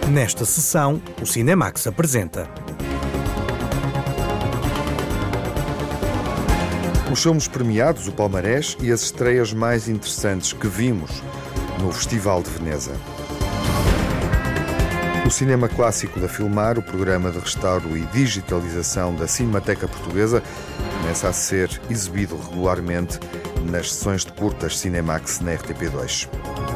Nesta sessão, o Cinemax apresenta os filmes premiados, o palmarés e as estreias mais interessantes que vimos no Festival de Veneza. O Cinema Clássico da Filmar, o programa de restauro e digitalização da Cinemateca Portuguesa, começa a ser exibido regularmente nas sessões de curtas Cinemax na RTP2.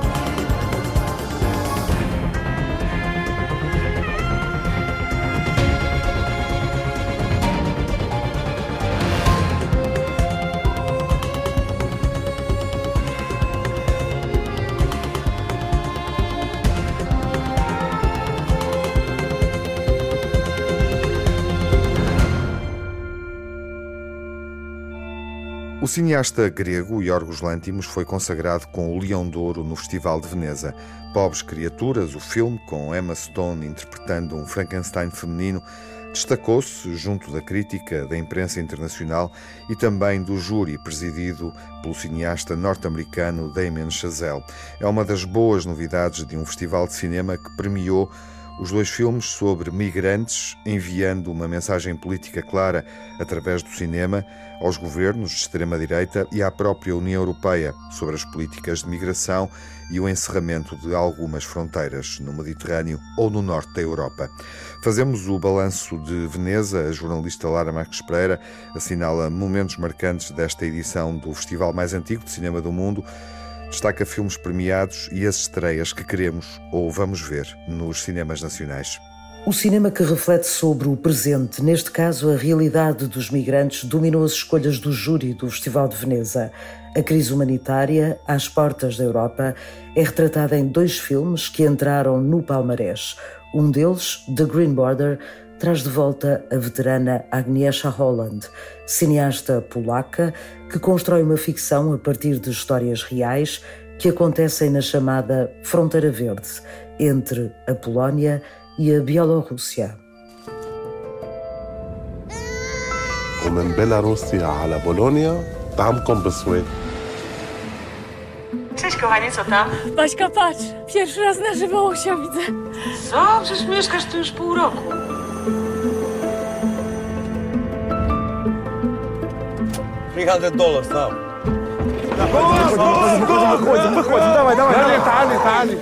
O cineasta grego Iorgos Lanthimos foi consagrado com o Leão de Ouro no Festival de Veneza. Pobres Criaturas, o filme, com Emma Stone interpretando um Frankenstein feminino, destacou-se junto da crítica, da imprensa internacional e também do júri presidido pelo cineasta norte-americano Damien Chazelle. É uma das boas novidades de um festival de cinema que premiou os dois filmes sobre migrantes, enviando uma mensagem política clara através do cinema aos governos de extrema-direita e à própria União Europeia sobre as políticas de migração e o encerramento de algumas fronteiras no Mediterrâneo ou no norte da Europa. Fazemos o balanço de Veneza. A jornalista Lara Marques Pereira assinala momentos marcantes desta edição do festival mais antigo de cinema do mundo. Destaca filmes premiados e as estreias que queremos ou vamos ver nos cinemas nacionais. O cinema que reflete sobre o presente, neste caso a realidade dos migrantes, dominou as escolhas do júri do Festival de Veneza. A crise humanitária, às portas da Europa, é retratada em dois filmes que entraram no palmarés. Um deles, The Green Border, traz de volta a veterana Agnieszka Holland, cineasta polaca que constrói uma ficção a partir de histórias reais que acontecem na chamada Fronteira Verde, entre a Polónia e a Bielorrússia. ومن بيلاروسيا على بولونيا طعمكم بسويد. Cześć kochanie, co tam? Baśka, patrz, pierwszy raz na żywo Łosia widzę. Co? Przecież mieszkasz tu już pół roku. $300 now. Выходим, давай. Тали.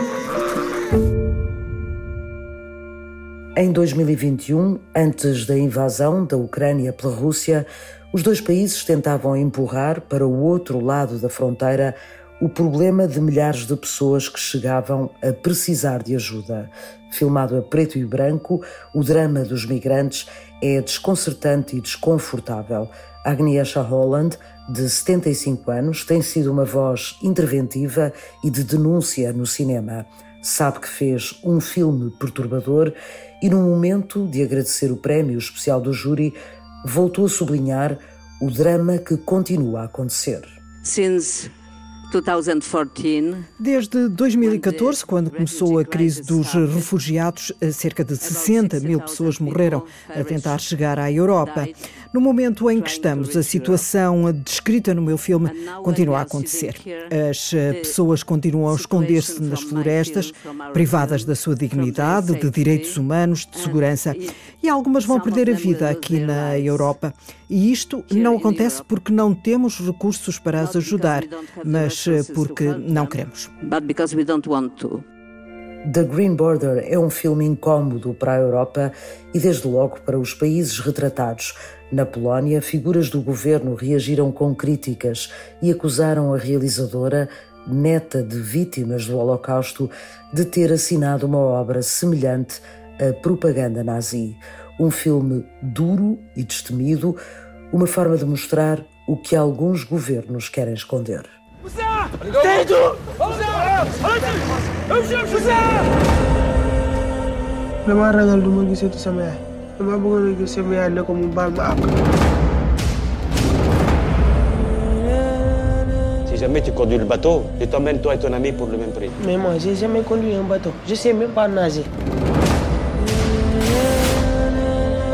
Em 2021, antes da invasão da Ucrânia pela Rússia, os dois países tentavam empurrar para o outro lado da fronteira o problema de milhares de pessoas que chegavam a precisar de ajuda. Filmado a preto e branco, o drama dos migrantes é desconcertante e desconfortável. Agnieszka Holland, de 75 anos, tem sido uma voz interventiva e de denúncia no cinema. Sabe que fez um filme perturbador e, no momento de agradecer o prémio especial do júri, voltou a sublinhar o drama que continua a acontecer. Desde 2014, quando começou a crise dos refugiados, cerca de 60 mil pessoas morreram a tentar chegar à Europa. No momento em que estamos, a situação descrita no meu filme continua a acontecer. As pessoas continuam a esconder-se nas florestas, privadas da sua dignidade, de direitos humanos, de segurança, e algumas vão perder a vida aqui na Europa. E isto não acontece porque não temos recursos para as ajudar, mas porque não queremos. The Green Border é um filme incómodo para a Europa e, desde logo, para os países retratados. Na Polónia, figuras do governo reagiram com críticas e acusaram a realizadora, neta de vítimas do Holocausto, de ter assinado uma obra semelhante à propaganda nazi. Um filme duro e destemido, uma forma de mostrar o que alguns governos querem esconder. Si jamais tu conduis le bateau, je t'emmène toi et ton ami pour le même prix. Mais moi, j'ai jamais conduit un bateau. Je sais même pas nager.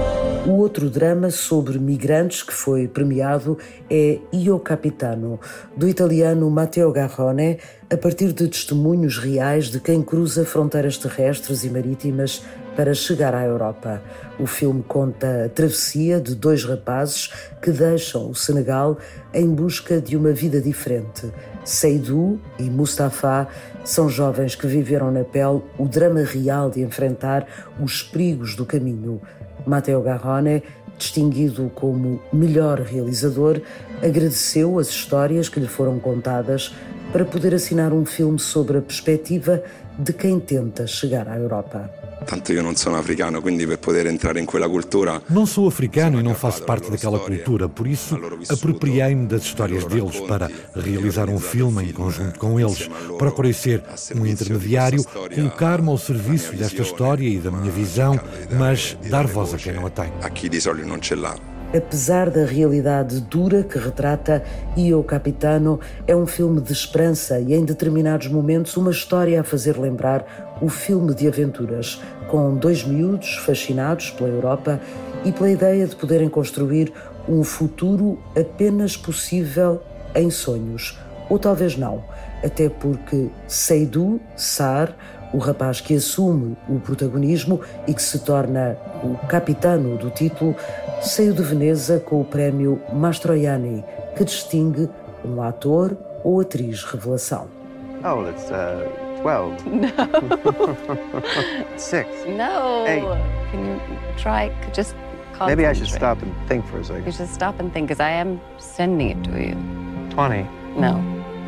O outro drama sobre migrantes que foi premiado é Io Capitano, do italiano Matteo Garrone, a partir de testemunhos reais de quem cruza fronteiras terrestres e marítimas para chegar à Europa. O filme conta a travessia de dois rapazes que deixam o Senegal em busca de uma vida diferente. Seydou e Mustafa são jovens que viveram na pele o drama real de enfrentar os perigos do caminho. Matteo Garrone, distinguido como melhor realizador, agradeceu as histórias que lhe foram contadas para poder assinar um filme sobre a perspectiva de quem tenta chegar à Europa. Tanto io non sono africano, quindi per poter entrare in quella cultura... Não sou africano e não faço parte daquela cultura, por isso apropriei-me das histórias deles para realizar um filme em conjunto com eles. Procurei ser um intermediário, colocar-me ao serviço desta história e da minha visão, mas dar voz a quem não a tem. Aqui di solito non ce l'ha. Apesar da realidade dura que retrata, Io Capitano é um filme de esperança e, em determinados momentos, uma história a fazer lembrar o filme de aventuras, com dois miúdos fascinados pela Europa e pela ideia de poderem construir um futuro apenas possível em sonhos. Ou talvez não, até porque Seydou Sarr, o rapaz que assume o protagonismo e que se torna o capitano do título, saiu de Veneza com o prémio Mastroianni, que distingue um ator ou atriz revelação. Oh, it's 12. No. 6. No. 8. Can you try? Just concentrate. Maybe I should stop and think for a second. You should stop and think, because I am sending it to you. 20. No.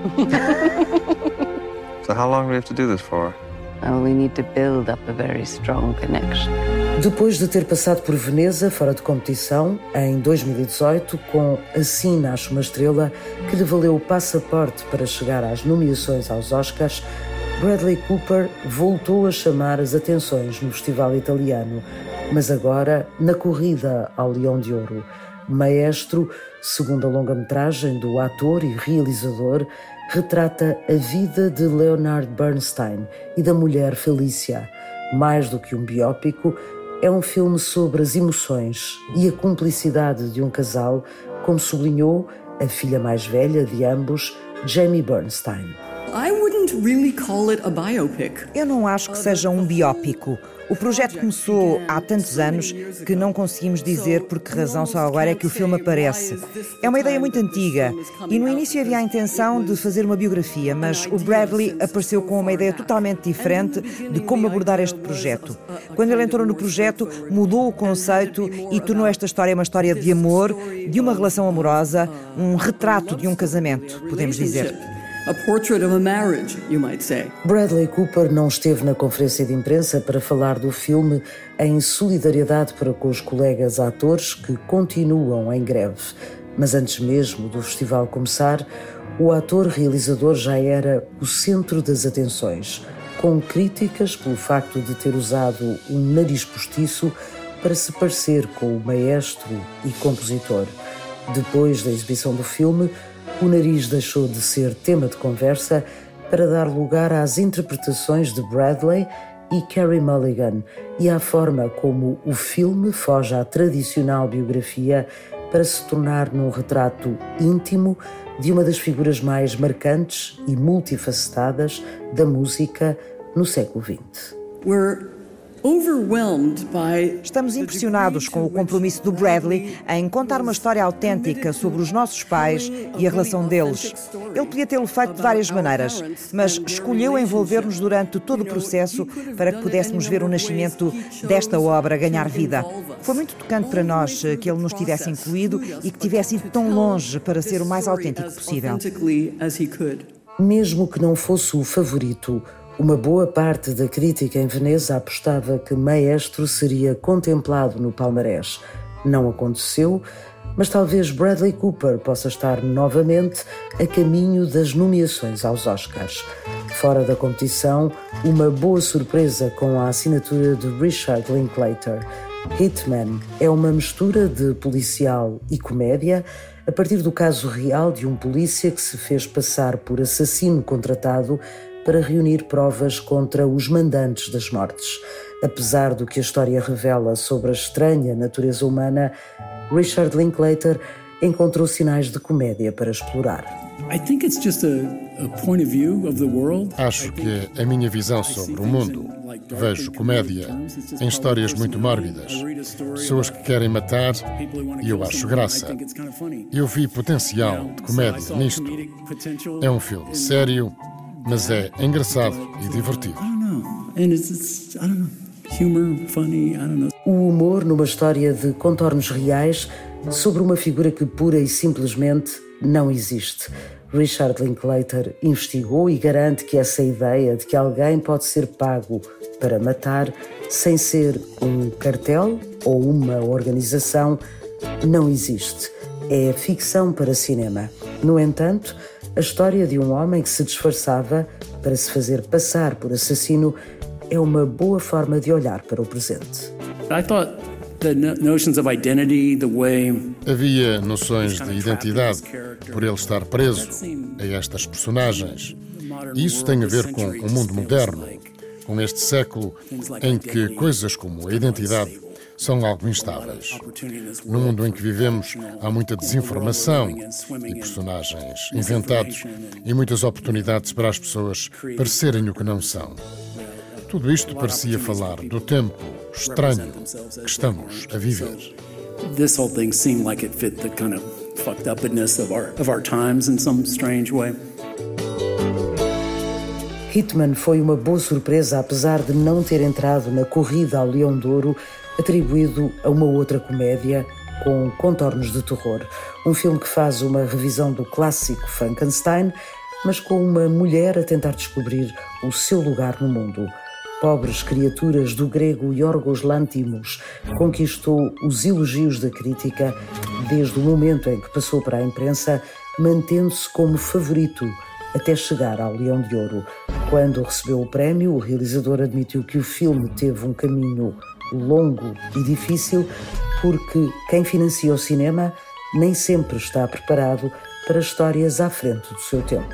So how long do we have to do this for? Oh, we need to build up a very strong connection. Depois de ter passado por Veneza, fora de competição, em 2018, com Assim Nasce uma Estrela, que lhe valeu o passaporte para chegar às nomeações aos Oscars, Bradley Cooper voltou a chamar as atenções no festival italiano, mas agora na corrida ao Leão de Ouro. Maestro, segunda longa-metragem do ator e realizador, retrata a vida de Leonard Bernstein e da mulher Felicia. Mais do que um biópico, é um filme sobre as emoções e a cumplicidade de um casal, como sublinhou a filha mais velha de ambos, Jamie Bernstein. Eu não acho que seja um biópico. O projeto começou há tantos anos que não conseguimos dizer por que razão só agora é que o filme aparece. É uma ideia muito antiga e no início havia a intenção de fazer uma biografia, mas o Bradley apareceu com uma ideia totalmente diferente de como abordar este projeto. Quando ele entrou no projeto, mudou o conceito e tornou esta história uma história de amor, de uma relação amorosa, um retrato de um casamento, podemos dizer. A portrait of a marriage, you might say. Bradley Cooper não esteve na conferência de imprensa para falar do filme em solidariedade para com os colegas atores que continuam em greve. Mas antes mesmo do festival começar, o ator-realizador já era o centro das atenções, com críticas pelo facto de ter usado um nariz postiço para se parecer com o maestro e compositor. Depois da exibição do filme, o nariz deixou de ser tema de conversa para dar lugar às interpretações de Bradley e Carey Mulligan e à forma como o filme foge à tradicional biografia para se tornar num retrato íntimo de uma das figuras mais marcantes e multifacetadas da música no século XX. Estamos impressionados com o compromisso do Bradley em contar uma história autêntica sobre os nossos pais e a relação deles. Ele podia tê-lo feito de várias maneiras, mas escolheu envolver-nos durante todo o processo para que pudéssemos ver o nascimento desta obra ganhar vida. Foi muito tocante para nós que ele nos tivesse incluído e que tivesse ido tão longe para ser o mais autêntico possível. Mesmo que não fosse o favorito, uma boa parte da crítica em Veneza apostava que Maestro seria contemplado no palmarés. Não aconteceu, mas talvez Bradley Cooper possa estar novamente a caminho das nomeações aos Oscars. Fora da competição, uma boa surpresa com a assinatura de Richard Linklater. Hitman é uma mistura de policial e comédia a partir do caso real de um polícia que se fez passar por assassino contratado para reunir provas contra os mandantes das mortes. Apesar do que a história revela sobre a estranha natureza humana, Richard Linklater encontrou sinais de comédia para explorar. Acho que é a minha visão sobre o mundo. Vejo comédia em histórias muito mórbidas. Pessoas que querem matar e eu acho graça. Eu vi potencial de comédia nisto. É um filme sério, mas é engraçado e divertido. O humor numa história de contornos reais sobre uma figura que pura e simplesmente não existe. Richard Linklater investigou e garante que essa ideia de que alguém pode ser pago para matar sem ser um cartel ou uma organização não existe. É ficção para cinema. No entanto, a história de um homem que se disfarçava para se fazer passar por assassino é uma boa forma de olhar para o presente. Havia noções de identidade por ele estar preso a estas personagens. E isso tem a ver com o mundo moderno, com este século em que coisas como a identidade são algo instáveis. No mundo em que vivemos há muita desinformação e personagens inventados e muitas oportunidades para as pessoas parecerem o que não são. Tudo isto parecia falar do tempo estranho que estamos a viver. This whole thing seemed like it fit the kind of fucked upness of our times in some strange way. Hitman foi uma boa surpresa, apesar de não ter entrado na corrida ao Leão de Ouro, atribuído a uma outra comédia com contornos de terror. Um filme que faz uma revisão do clássico Frankenstein, mas com uma mulher a tentar descobrir o seu lugar no mundo. Pobres Criaturas, do grego Yorgos Lanthimos, conquistou os elogios da crítica desde o momento em que passou para a imprensa, mantendo-se como favorito até chegar ao Leão de Ouro. Quando recebeu o prémio, o realizador admitiu que o filme teve um caminho longo e difícil, porque quem financia o cinema nem sempre está preparado para histórias à frente do seu tempo.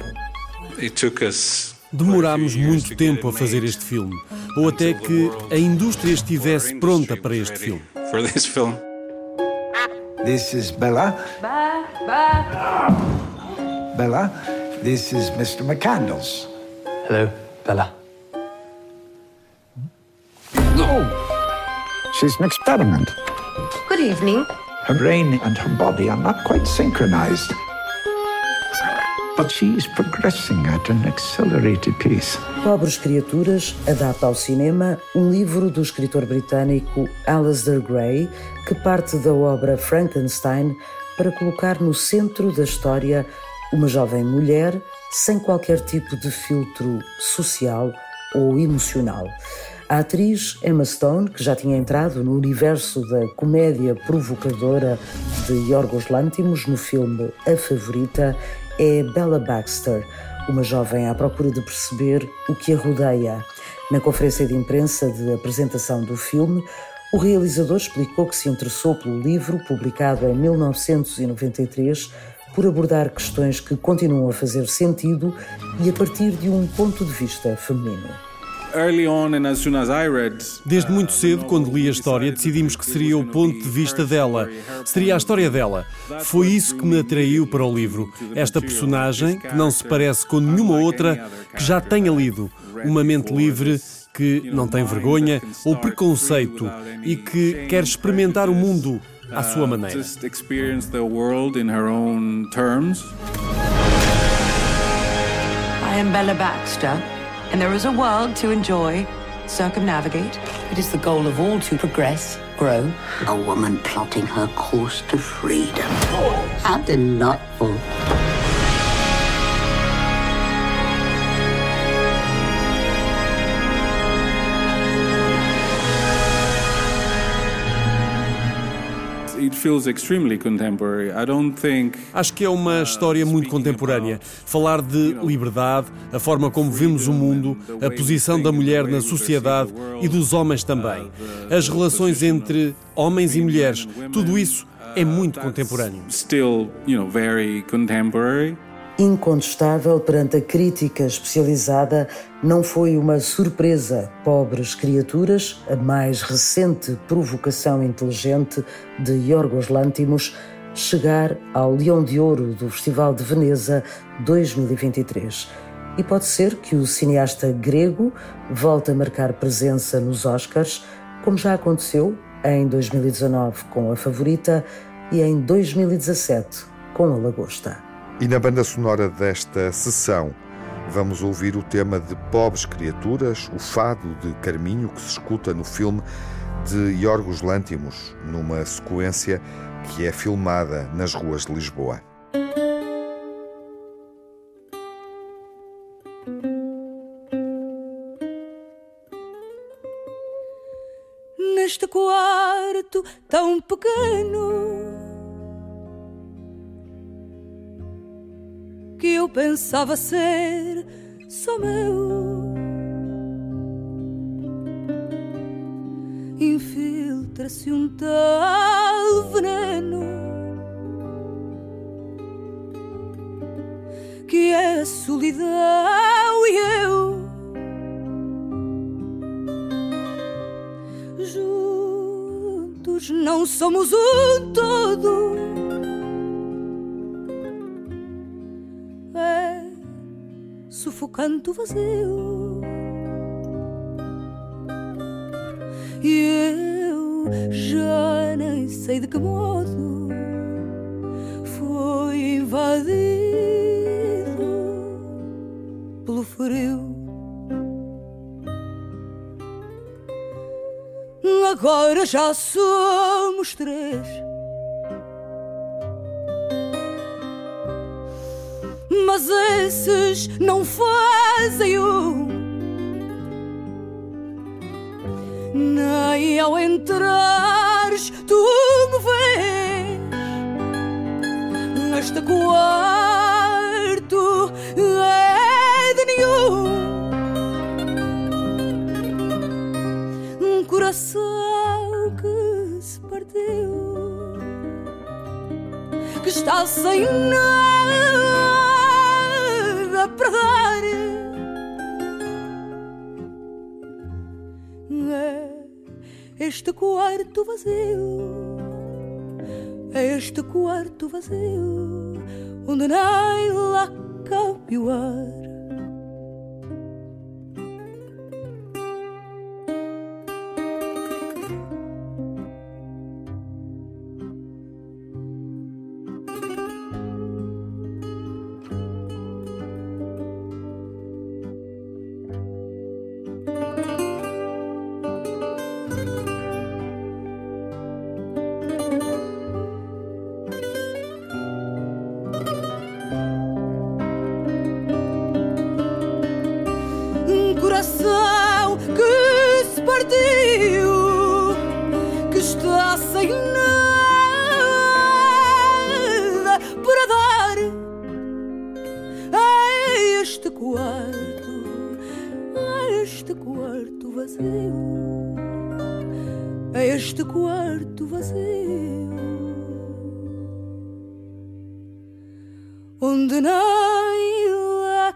Demorámos muito tempo a fazer este filme, ou até que a indústria estivesse pronta para este filme. This is Bella. Bella, this is Mr. McCandles. Hello, Bella. Oh, she's an experiment. Good evening. Her brain and her body are not quite synchronized. But she's progressing at an accelerated pace. Pobres Criaturas adapta ao cinema um livro do escritor britânico Alasdair Gray, que parte da obra Frankenstein para colocar no centro da história uma jovem mulher sem qualquer tipo de filtro social ou emocional. A atriz Emma Stone, que já tinha entrado no universo da comédia provocadora de Yorgos Lanthimos no filme A Favorita, é Bella Baxter, uma jovem à procura de perceber o que a rodeia. Na conferência de imprensa de apresentação do filme, o realizador explicou que se interessou pelo livro, publicado em 1993, por abordar questões que continuam a fazer sentido e a partir de um ponto de vista feminino. Desde muito cedo, quando li a história, decidimos que seria o ponto de vista dela. Seria a história dela. Foi isso que me atraiu para o livro. Esta personagem, que não se parece com nenhuma outra, que já tenha lido. Uma mente livre, que não tem vergonha ou preconceito e que quer experimentar o mundo à sua maneira. I am Bella Baxter. And there is a world to enjoy, circumnavigate. It is the goal of all to progress, grow. A woman plotting her course to freedom. How delightful. Acho que é uma história muito contemporânea. Falar de liberdade, a forma como vemos o mundo, a posição da mulher na sociedade e dos homens também. As relações entre homens e mulheres, tudo isso é muito contemporâneo. incontestável perante a crítica especializada, não foi uma surpresa Pobres Criaturas, a mais recente provocação inteligente de Yorgos Lanthimos, chegar ao Leão de Ouro do Festival de Veneza 2023. E pode ser que o cineasta grego volte a marcar presença nos Oscars, como já aconteceu em 2019 com A Favorita e em 2017 com A Lagosta. E na banda sonora desta sessão vamos ouvir o tema de Pobres Criaturas, o fado de Carminho, que se escuta no filme de Yorgos Lanthimos, numa sequência que é filmada nas ruas de Lisboa. Neste quarto tão pequeno que eu pensava ser só meu, infiltra-se um tal veneno que é a solidão e eu juntos não somos um todo. É sufocante o vazio e eu já nem sei de que modo foi invadido pelo frio. Agora já somos três, mas esses não fazem um, nem ao entrares tu me vês. Este quarto é de nenhum, um coração que se partiu, que está sem nada para dar. É este quarto vazio, é este quarto vazio, onde nem lá cabe o ar. Coração que se partiu, que está sem nada para dar. É este quarto vazio, é este quarto vazio, onde nem lá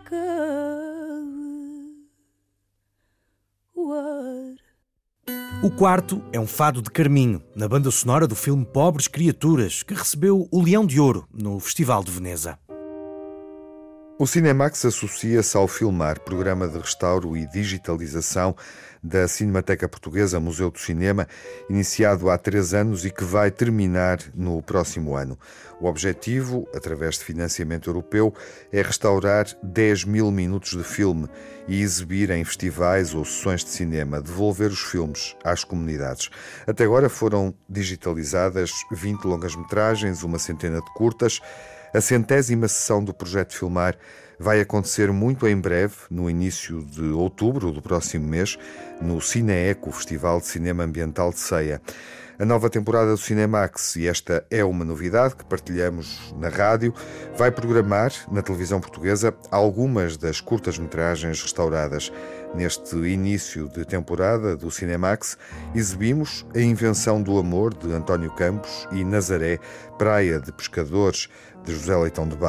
O Quarto é um fado de Carminho, na banda sonora do filme Pobres Criaturas, que recebeu o Leão de Ouro no Festival de Veneza. O Cinemax associa-se ao Filmar, programa de restauro e digitalização da Cinemateca Portuguesa, Museu do Cinema, iniciado há 3 anos e que vai terminar no próximo ano. O objetivo, através de financiamento europeu, é restaurar 10.000 minutos de filme e exibir em festivais ou sessões de cinema, devolver os filmes às comunidades. Até agora foram digitalizadas 20 longas-metragens, uma centena de curtas. A 100ª sessão do projeto Filmar vai acontecer muito em breve, no início de outubro do próximo mês, no Cineeco, Festival de Cinema Ambiental de Ceia. A nova temporada do Cinemax, e esta é uma novidade que partilhamos na rádio, vai programar na televisão portuguesa algumas das curtas-metragens restauradas. Neste início de temporada do Cinemax, exibimos A Invenção do Amor, de António Campos, e Nazaré, Praia de Pescadores, de José Leitão de Barros.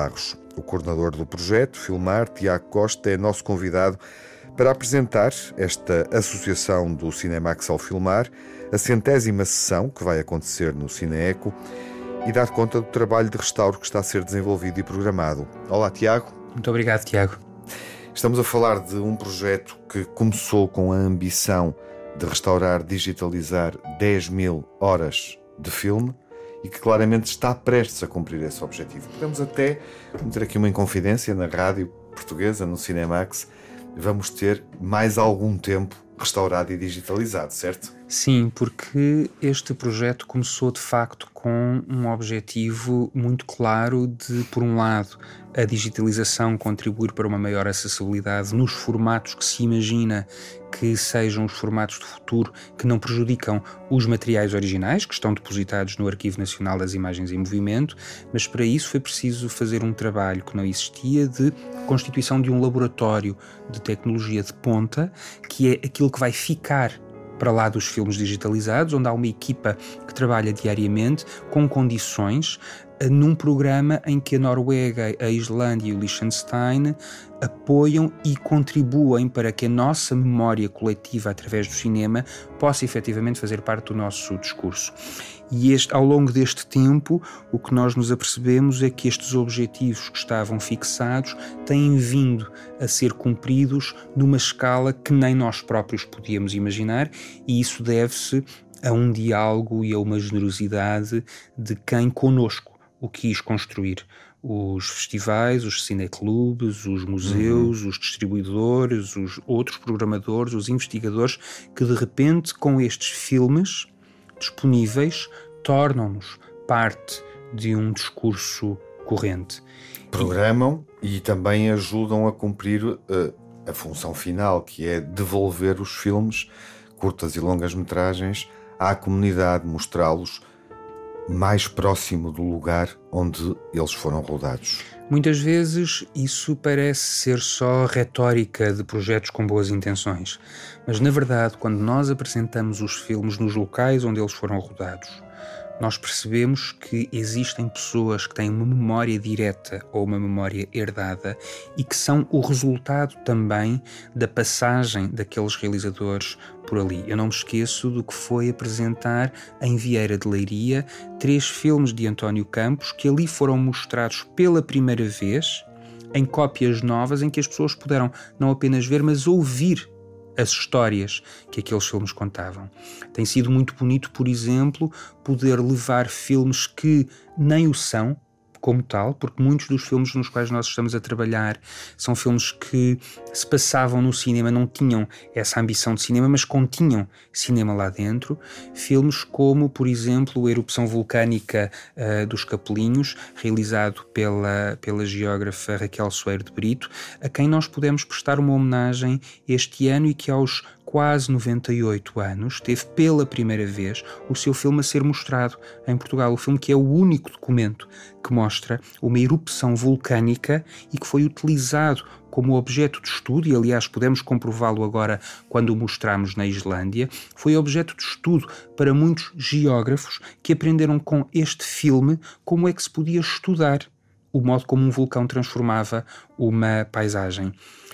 O coordenador do projeto, Filmar, Tiago Costa, é nosso convidado para apresentar esta associação do Cinemax ao Filmar, a 100ª sessão que vai acontecer no Cineeco, e dar conta do trabalho de restauro que está a ser desenvolvido e programado. Olá, Tiago. Muito obrigado, Tiago. Estamos a falar de um projeto que começou com a ambição de restaurar, digitalizar 10.000 horas de filme e que claramente está prestes a cumprir esse objetivo. Podemos até meter aqui uma inconfidência na rádio portuguesa, no Cinemax. Vamos ter mais algum tempo restaurado e digitalizado, certo? Sim, porque este projeto começou de facto com um objetivo muito claro de, por um lado, a digitalização contribuir para uma maior acessibilidade nos formatos que se imagina que sejam os formatos do futuro que não prejudicam os materiais originais que estão depositados no Arquivo Nacional das Imagens em Movimento, mas para isso foi preciso fazer um trabalho que não existia de constituição de um laboratório de tecnologia de ponta, que é aquilo que vai ficar para lá dos filmes digitalizados, onde há uma equipa que trabalha diariamente com condições num programa em que a Noruega, a Islândia e o Liechtenstein apoiam e contribuem para que a nossa memória coletiva através do cinema possa efetivamente fazer parte do nosso discurso. E ao longo deste tempo, o que nós nos apercebemos é que estes objetivos que estavam fixados têm vindo a ser cumpridos numa escala que nem nós próprios podíamos imaginar, e isso deve-se a um diálogo e a uma generosidade de quem connosco o quis construir. Os festivais, os cineclubes, os museus, os distribuidores, os outros programadores, os investigadores, que de repente com estes filmes disponíveis tornam-nos parte de um discurso corrente. Programam e também ajudam a cumprir a função final, que é devolver os filmes, curtas e longas metragens, à comunidade, mostrá-los mais próximo do lugar onde eles foram rodados. Muitas vezes isso parece ser só retórica de projetos com boas intenções, mas na verdade, quando nós apresentamos os filmes nos locais onde eles foram rodados, nós percebemos que existem pessoas que têm uma memória direta ou uma memória herdada e que são o resultado também da passagem daqueles realizadores por ali. Eu não me esqueço do que foi apresentar em Vieira de Leiria 3 filmes de António Campos que ali foram mostrados pela primeira vez em cópias novas em que as pessoas puderam não apenas ver, mas ouvir as histórias que aqueles filmes contavam. Tem sido muito bonito, por exemplo, poder levar filmes que nem o são, como tal, porque muitos dos filmes nos quais nós estamos a trabalhar são filmes que se passavam no cinema, não tinham essa ambição de cinema, mas continham cinema lá dentro. Filmes como, por exemplo, a Erupção Vulcânica dos Capelinhos, realizado pela geógrafa Raquel Soeiro de Brito, a quem nós pudemos prestar uma homenagem este ano e que aos quase 98 anos, teve pela primeira vez o seu filme a ser mostrado em Portugal. O filme que é o único documento que mostra uma erupção vulcânica e que foi utilizado como objeto de estudo, e aliás podemos comprová-lo agora quando o mostramos na Islândia, foi objeto de estudo para muitos geógrafos que aprenderam com este filme como é que se podia estudar o modo como um vulcão transformava uma paisagem.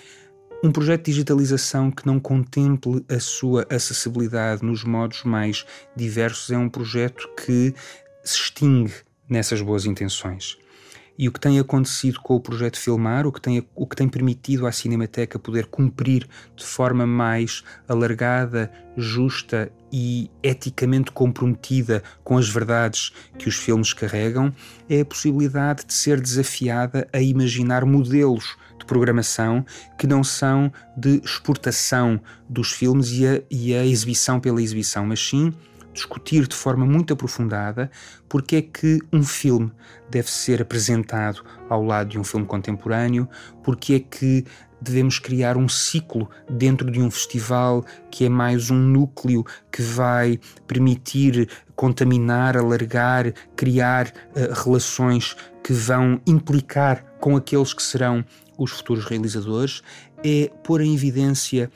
Um projeto de digitalização que não contemple a sua acessibilidade nos modos mais diversos é um projeto que se extingue nessas boas intenções. E o que tem acontecido com o projeto Filmar, o que tem permitido à Cinemateca poder cumprir de forma mais alargada, justa e eticamente comprometida com as verdades que os filmes carregam, é a possibilidade de ser desafiada a imaginar modelos de programação que não são de exportação dos filmes e a exibição pela exibição, mas sim discutir de forma muito aprofundada porque é que um filme deve ser apresentado ao lado de um filme contemporâneo, porque é que devemos criar um ciclo dentro de um festival que é mais um núcleo que vai permitir contaminar, alargar, criar relações que vão implicar com aqueles que serão os futuros realizadores, é pôr em evidência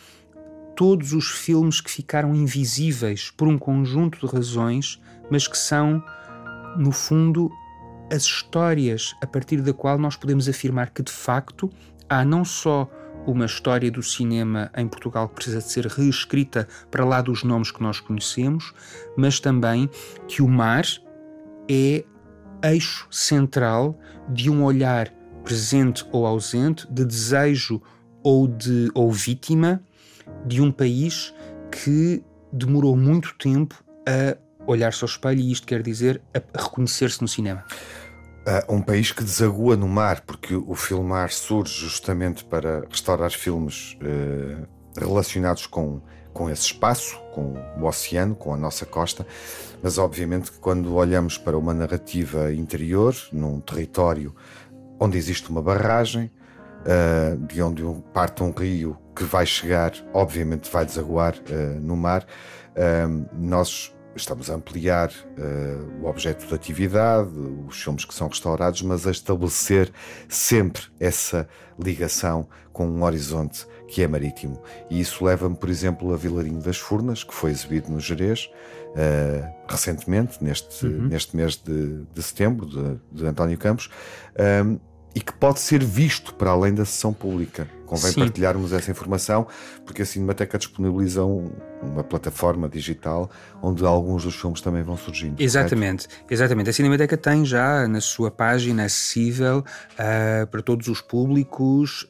todos os filmes que ficaram invisíveis por um conjunto de razões, mas que são, no fundo, as histórias a partir da qual nós podemos afirmar que, de facto, há não só uma história do cinema em Portugal que precisa de ser reescrita para lá dos nomes que nós conhecemos, mas também que o mar é eixo central de um olhar presente ou ausente, de desejo ou vítima de um país que demorou muito tempo a olhar-se ao espelho, e isto quer dizer a reconhecer-se no cinema. Um país que desagua no mar, porque o Filmar surge justamente para restaurar filmes relacionados com esse espaço, com o oceano, com a nossa costa, mas obviamente que quando olhamos para uma narrativa interior, num território onde existe uma barragem, de onde parte um rio que vai chegar, obviamente vai desaguar no mar, nós estamos a ampliar o objeto de atividade, os filmes que são restaurados, mas a estabelecer sempre essa ligação com um horizonte que é marítimo. E isso leva-me, por exemplo, a Vilarinho das Furnas, que foi exibido no Gerês recentemente, neste mês de setembro, de António Campos, e que pode ser visto para além da sessão pública. Convém partilharmos essa informação, porque a Cinemateca disponibiliza uma plataforma digital onde alguns dos filmes também vão surgindo. Exatamente. A Cinemateca tem já na sua página acessível para todos os públicos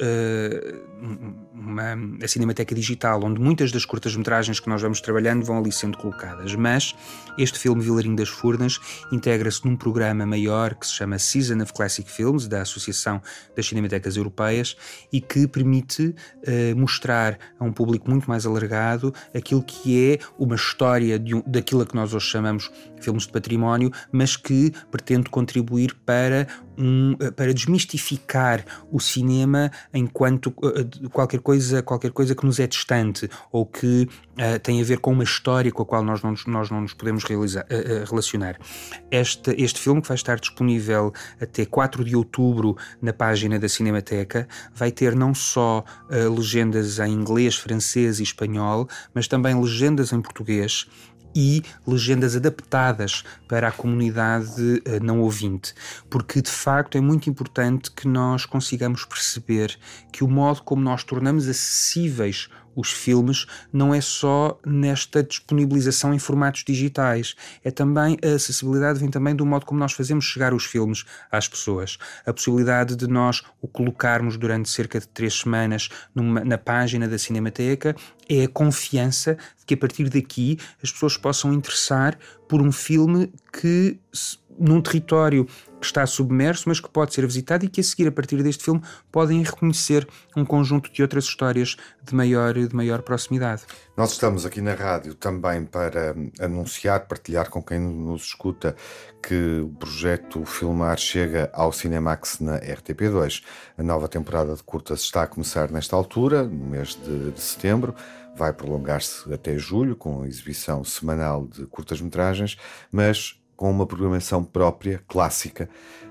a Cinemateca Digital, onde muitas das curtas-metragens que nós vamos trabalhando vão ali sendo colocadas. Mas este filme, Vilarinho das Furnas, integra-se num programa maior que se chama Season of Classic Films, da Associação das Cinematecas Europeias, e que permite mostrar a um público muito mais alargado aquilo que é uma história daquilo a que nós hoje chamamos filmes de património, mas que pretende contribuir para desmistificar o cinema enquanto qualquer coisa que nos é distante ou que tem a ver com uma história com a qual nós não nos podemos relacionar. Este filme, que vai estar disponível até 4 de outubro na página da Cinemateca, vai ter não só legendas em inglês, francês e espanhol, mas também legendas em português e legendas adaptadas para a comunidade não ouvinte, porque de facto é muito importante que nós consigamos perceber que o modo como nós tornamos acessíveis os filmes não é só nesta disponibilização em formatos digitais, é também a acessibilidade vem também do modo como nós fazemos chegar os filmes às pessoas. A possibilidade de nós o colocarmos durante cerca de 3 semanas na página da Cinemateca é a confiança de que a partir daqui as pessoas possam interessar por um filme que num território que está submerso, mas que pode ser visitado e que a seguir, a partir deste filme, podem reconhecer um conjunto de outras histórias de maior proximidade. Nós estamos aqui na rádio também para anunciar, partilhar com quem nos escuta que o projeto Filmar chega ao Cinemax na RTP2. A nova temporada de curtas está a começar nesta altura, no mês de setembro. Vai prolongar-se até julho, com a exibição semanal de curtas-metragens, mas com uma programação própria, clássica,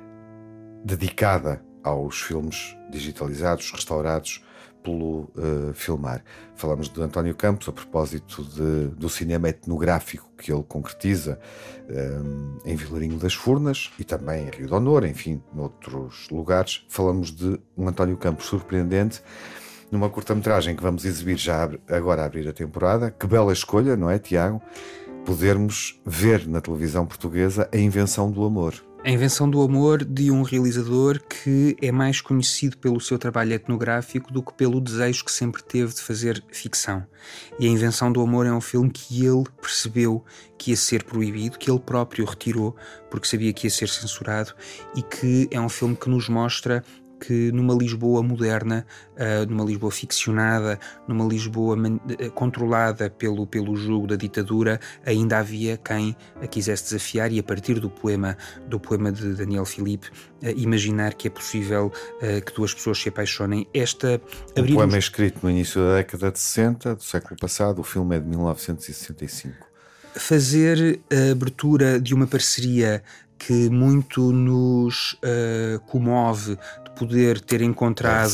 dedicada aos filmes digitalizados, restaurados pelo Filmar. Falamos de António Campos a propósito do cinema etnográfico que ele concretiza em Vilarinho das Furnas e também em Rio de Honor, enfim, noutros lugares. Falamos de um António Campos surpreendente numa curta-metragem que vamos exibir já agora a abrir a temporada. Que bela escolha, não é, Tiago? Podermos ver na televisão portuguesa A Invenção do Amor. A Invenção do Amor de um realizador que é mais conhecido pelo seu trabalho etnográfico do que pelo desejo que sempre teve de fazer ficção. E A Invenção do Amor é um filme que ele percebeu que ia ser proibido, que ele próprio retirou porque sabia que ia ser censurado, e que é um filme que nos mostra que numa Lisboa moderna, numa Lisboa ficcionada, numa Lisboa controlada pelo jugo da ditadura, ainda havia quem a quisesse desafiar, e a partir do poema de Daniel Filipe, imaginar que é possível que duas pessoas se apaixonem. O poema é escrito no início da década de 60 do século passado, o filme é de 1965. Fazer a abertura de uma parceria que muito nos comove, de poder ter encontrado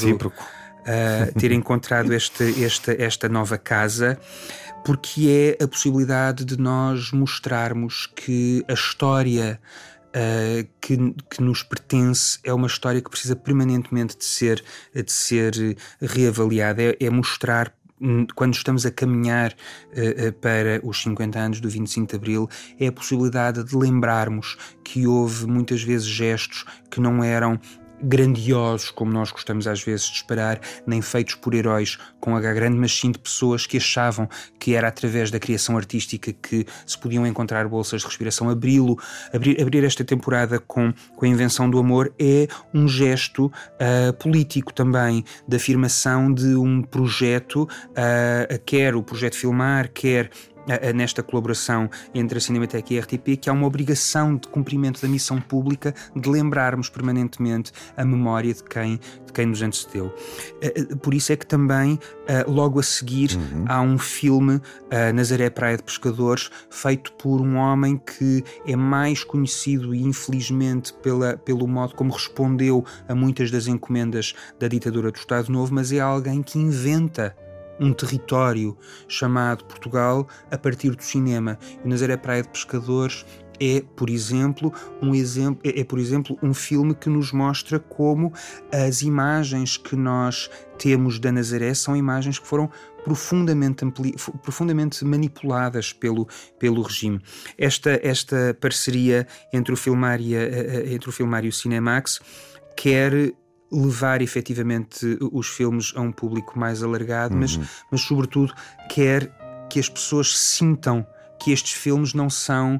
esta nova casa, porque é a possibilidade de nós mostrarmos que a história que nos pertence, é uma história que precisa permanentemente de ser reavaliada, é mostrar, quando estamos a caminhar para os 50 anos do 25 de Abril, é a possibilidade de lembrarmos que houve muitas vezes gestos que não eram grandiosos, como nós gostamos às vezes de esperar, nem feitos por heróis com H grande, mas sim de pessoas que achavam que era através da criação artística que se podiam encontrar bolsas de respiração. Abrir esta temporada com a invenção do amor é um gesto político também, de afirmação de um projeto, quer o projeto Filmar, quer nesta colaboração entre a Cinemateca e a RTP, que há uma obrigação de cumprimento da missão pública de lembrarmos permanentemente a memória de quem nos antecedeu. Por isso é que também, logo a seguir, há um filme, Nazaré Praia de Pescadores, feito por um homem que é mais conhecido, e infelizmente pelo modo como respondeu a muitas das encomendas da ditadura do Estado Novo, mas é alguém que inventa um território chamado Portugal a partir do cinema. E Nazaré Praia de Pescadores é, por exemplo, um filme que nos mostra como as imagens que nós temos da Nazaré são imagens que foram profundamente manipuladas pelo regime. Esta parceria entre o Filmar e o Cinemax quer levar efetivamente os filmes a um público mais alargado, mas sobretudo quer que as pessoas sintam que estes filmes não são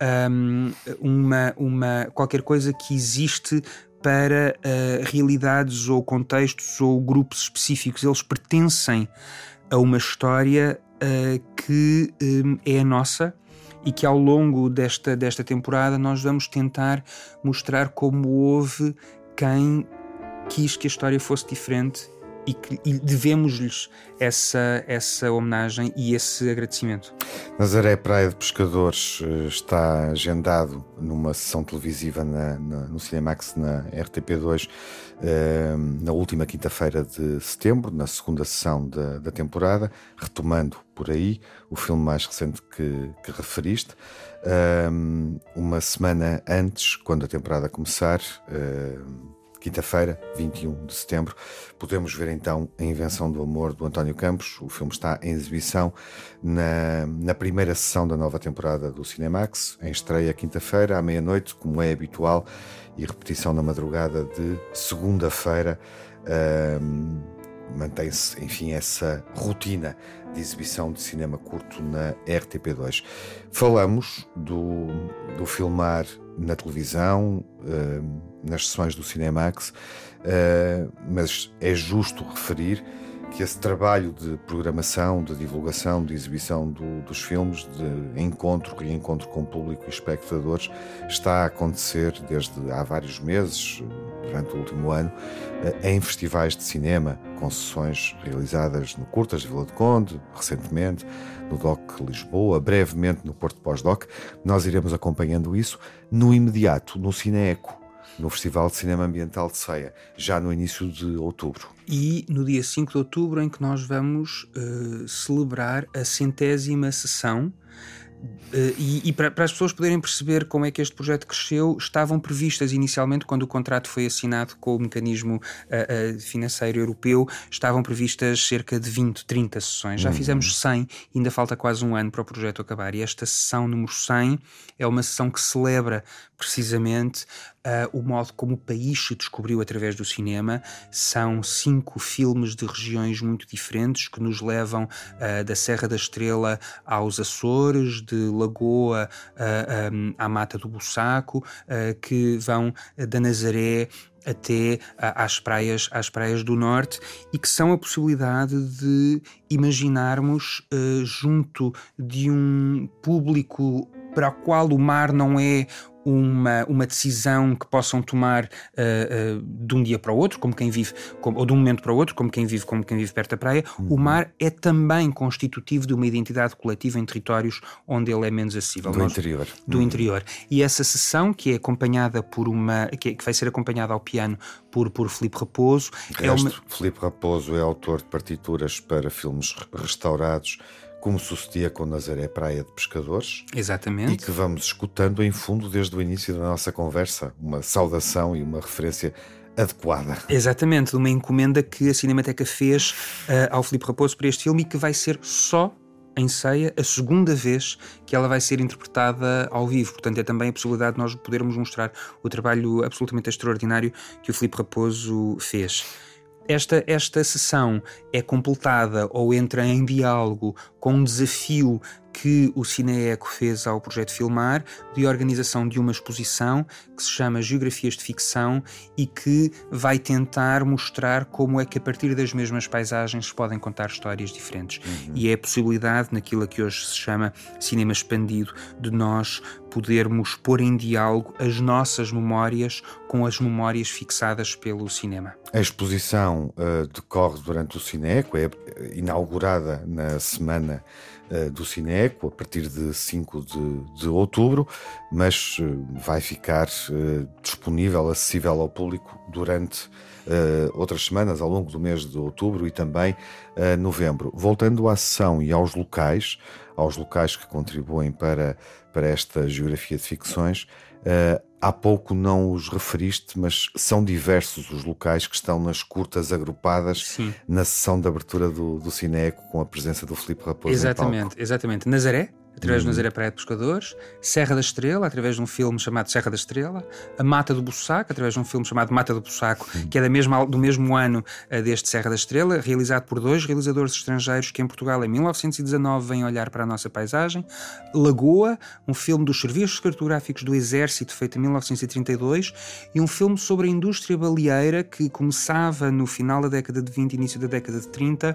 qualquer coisa que existe para realidades ou contextos ou grupos específicos. Eles pertencem a uma história que é a nossa, e que ao longo desta temporada nós vamos tentar mostrar como houve quem quis que a história fosse diferente e devemos-lhes essa homenagem e esse agradecimento. Nazaré Praia de Pescadores está agendado numa sessão televisiva no Cinemax, na RTP2, na última quinta-feira de setembro, na segunda sessão da temporada, retomando por aí o filme mais recente que referiste. Uma semana antes, quando a temporada começar, quinta-feira, 21 de setembro, podemos ver então A Invenção do Amor, do António Campos. O filme está em exibição na primeira sessão da nova temporada do Cinemax, em estreia quinta-feira, à meia-noite, como é habitual, e repetição na madrugada de segunda-feira. Mantém-se, enfim, essa rotina de exibição de cinema curto na RTP2. Falamos do Filmar na televisão, nas sessões do Cinemax, mas é justo referir que esse trabalho de programação, de divulgação, de exibição dos filmes, de encontro, reencontro com o público e espectadores, está a acontecer desde há vários meses, durante o último ano, em festivais de cinema, com sessões realizadas no Curtas de Vila do Conde, recentemente, no DOC Lisboa, brevemente no Porto Pós-Doc. Nós iremos acompanhando isso no imediato, no Cineeco, no Festival de Cinema Ambiental de Ceia, já no início de outubro. E no dia 5 de outubro, em que nós vamos celebrar a 100ª sessão. E para as pessoas poderem perceber como é que este projeto cresceu, estavam previstas inicialmente, quando o contrato foi assinado com o mecanismo financeiro europeu, estavam previstas cerca de 20, 30 sessões. Já fizemos 100, ainda falta quase um ano para o projeto acabar, e esta sessão número 100 é uma sessão que celebra precisamente o modo como o país se descobriu através do cinema. São 5 filmes de regiões muito diferentes que nos levam da Serra da Estrela aos Açores, de Lagoa à Mata do Bussaco, que vão da Nazaré até às praias do norte, e que são a possibilidade de imaginarmos junto de um público para o qual o mar não é uma decisão que possam tomar de um dia para o outro, como quem vive, ou de um momento para o outro, como quem vive perto da praia. O mar é também constitutivo de uma identidade coletiva em territórios onde ele é menos acessível. Do interior. E essa sessão, que é acompanhada que vai ser acompanhada ao piano por Filipe Raposo. Filipe Raposo é autor de partituras para filmes restaurados, como sucedia com Nazaré Praia de Pescadores. Exatamente. E que vamos escutando em fundo desde o início da nossa conversa, uma saudação e uma referência adequada. Exatamente, de uma encomenda que a Cinemateca fez ao Filipe Raposo para este filme e que vai ser só em ceia a segunda vez que ela vai ser interpretada ao vivo. Portanto, é também a possibilidade de nós podermos mostrar o trabalho absolutamente extraordinário que o Filipe Raposo fez. Esta sessão é completada ou entra em diálogo com um desafio que o Cineeco fez ao Projeto Filmar, de organização de uma exposição que se chama Geografias de Ficção e que vai tentar mostrar como é que a partir das mesmas paisagens se podem contar histórias diferentes. E é a possibilidade, naquilo que hoje se chama cinema expandido, de nós podermos pôr em diálogo as nossas memórias com as memórias fixadas pelo cinema. A exposição decorre durante o Cineeco, é inaugurada na semana do Cineeco, a partir de 5 de outubro, mas vai ficar disponível, acessível ao público durante outras semanas, ao longo do mês de outubro e também novembro. Voltando à sessão e aos locais que contribuem para esta geografia de ficções, há pouco não os referiste, mas são diversos os locais que estão nas curtas agrupadas. Sim. Na sessão de abertura do Cineeco, com a presença do Filipe Raposo. Exatamente. Nazaré, através do Nazaré Praia de Pescadores, Serra da Estrela, através de um filme chamado Serra da Estrela, A Mata do Bussaco, através de um filme chamado Mata do Bussaco, que é do mesmo ano deste Serra da Estrela, realizado por 2 realizadores estrangeiros que em Portugal em 1919 vêm olhar para a nossa paisagem. Lagoa, um filme dos serviços cartográficos do Exército, feito em 1932, e um filme sobre a indústria baleeira que começava no final da década de 20 e início da década de 30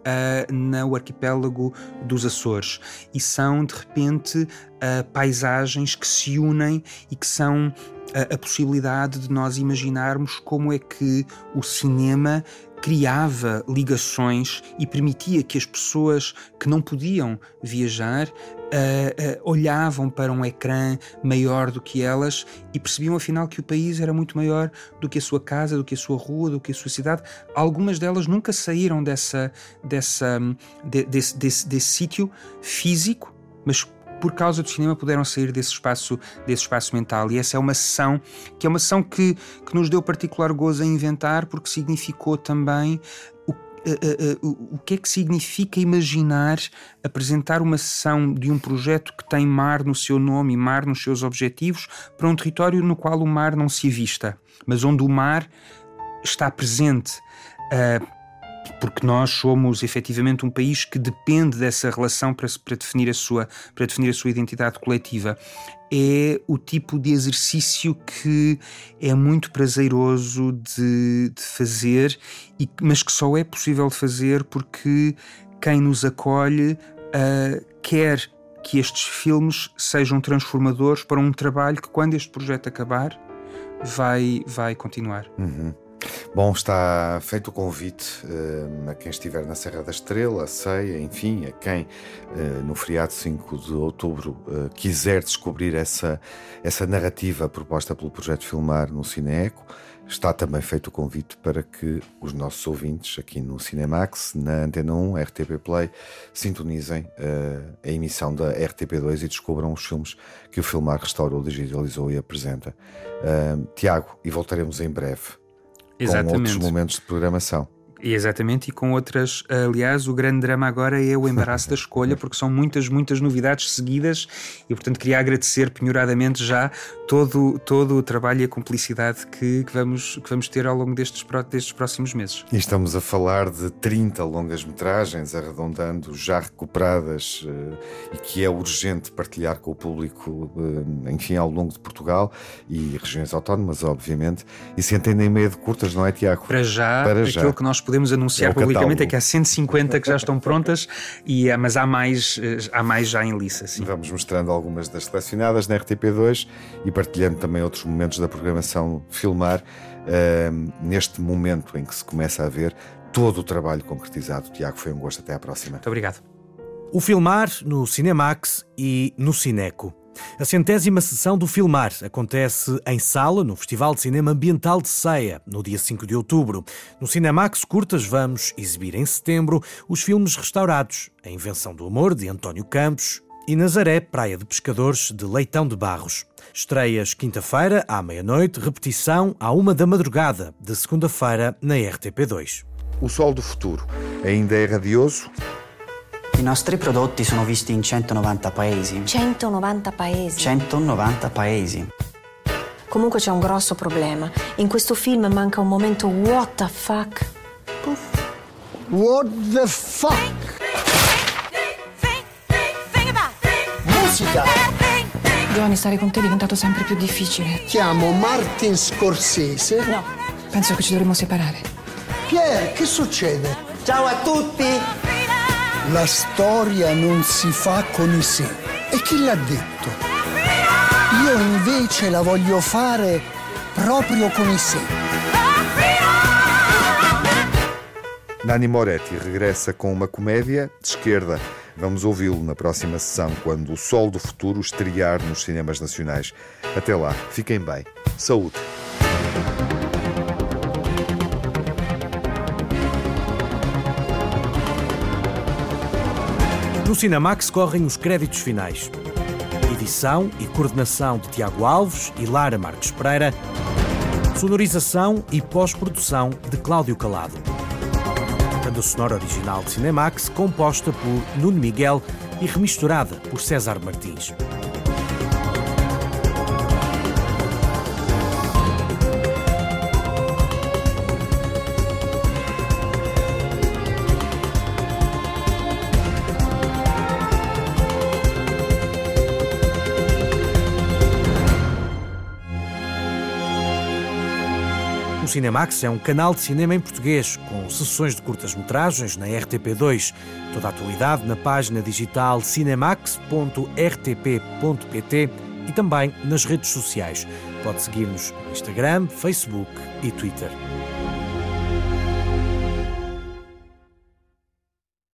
no arquipélago dos Açores. E são, de repente, paisagens que se unem e que são a possibilidade de nós imaginarmos como é que o cinema criava ligações e permitia que as pessoas que não podiam viajar olhavam para um ecrã maior do que elas e percebiam afinal que o país era muito maior do que a sua casa, do que a sua rua, do que a sua cidade. Algumas delas nunca saíram desse sítio físico, mas por causa do cinema puderam sair desse espaço mental. E essa é uma sessão que nos deu particular gozo a inventar, porque significou também o que é que significa imaginar apresentar uma sessão de um projeto que tem mar no seu nome e mar nos seus objetivos para um território no qual o mar não se avista, mas onde o mar está presente. Porque nós somos efetivamente um país que depende dessa relação para definir a sua identidade coletiva. É o tipo de exercício que é muito prazeroso de fazer, mas que só é possível de fazer porque quem nos acolhe quer que estes filmes sejam transformadores para um trabalho que, quando este projeto acabar, vai continuar. Bom, está feito o convite a quem estiver na Serra da Estrela, a ceia, enfim, a quem no feriado 5 de outubro quiser descobrir essa narrativa proposta pelo Projeto Filmar no Cineeco. Está também feito o convite para que os nossos ouvintes aqui no Cinemax, na Antena 1, RTP Play, sintonizem a emissão da RTP2 e descubram os filmes que o Filmar restaurou, digitalizou e apresenta. Tiago, e voltaremos em breve. Exatamente. Com outros momentos de programação. Exatamente, e com outras. Aliás, o grande drama agora é o embaraço da escolha, porque são muitas novidades seguidas e, portanto, queria agradecer penhoradamente já todo o trabalho e a cumplicidade que vamos ter ao longo destes próximos meses. E estamos a falar de 30 longas-metragens, arredondando, já recuperadas, e que é urgente partilhar com o público, enfim, ao longo de Portugal e regiões autónomas, obviamente, e se entendem meio de curtas, não é, Tiago? Para já. Aquilo que nós podemos anunciar publicamente é que há 150 que já estão prontas, mas há mais já em liça. Sim. Vamos mostrando algumas das selecionadas na RTP2 e partilhando também outros momentos da programação Filmar, neste momento em que se começa a ver todo o trabalho concretizado. Tiago, foi um gosto. Até à próxima. Muito obrigado. O Filmar no Cinemax e no Cineco. A 100ª sessão do Filmar acontece em sala no Festival de Cinema Ambiental de Ceia, no dia 5 de outubro. No Cinemax Curtas vamos exibir em setembro os filmes restaurados A Invenção do Amor, de António Campos, e Nazaré, Praia de Pescadores, de Leitão de Barros. Estreias quinta-feira, à meia-noite, repetição à 1 da madrugada, de segunda-feira, na RTP2. O Sol do Futuro ainda é radioso? I nostri prodotti sono visti in 190 paesi. 190 paesi? 190 paesi. Comunque c'è un grosso problema. In questo film manca un momento what the fuck. What the fuck? Musica! Giovanni, stare con te è diventato sempre più difficile. Chiamo Martin Scorsese. No, penso che ci dovremmo separare. Pierre, che succede? Ciao a tutti! La storia non si fa con i sé. E chi l'ha detto? Io invece la voglio fare proprio con i sé. Nanni Moretti regressa com uma comédia de esquerda. Vamos ouvi-lo na próxima sessão, quando O Sol do Futuro estrear nos cinemas nacionais. Até lá, fiquem bem. Saúde! No Cinemax correm os créditos finais. Edição e coordenação de Tiago Alves e Lara Marques Pereira. Sonorização e pós-produção de Cláudio Calado. Banda sonora original de Cinemax, composta por Nuno Miguel e remisturada por César Martins. O Cinemax é um canal de cinema em português, com sessões de curtas-metragens na RTP2. Toda a atualidade na página digital cinemax.rtp.pt e também nas redes sociais. Pode seguir-nos no Instagram, Facebook e Twitter.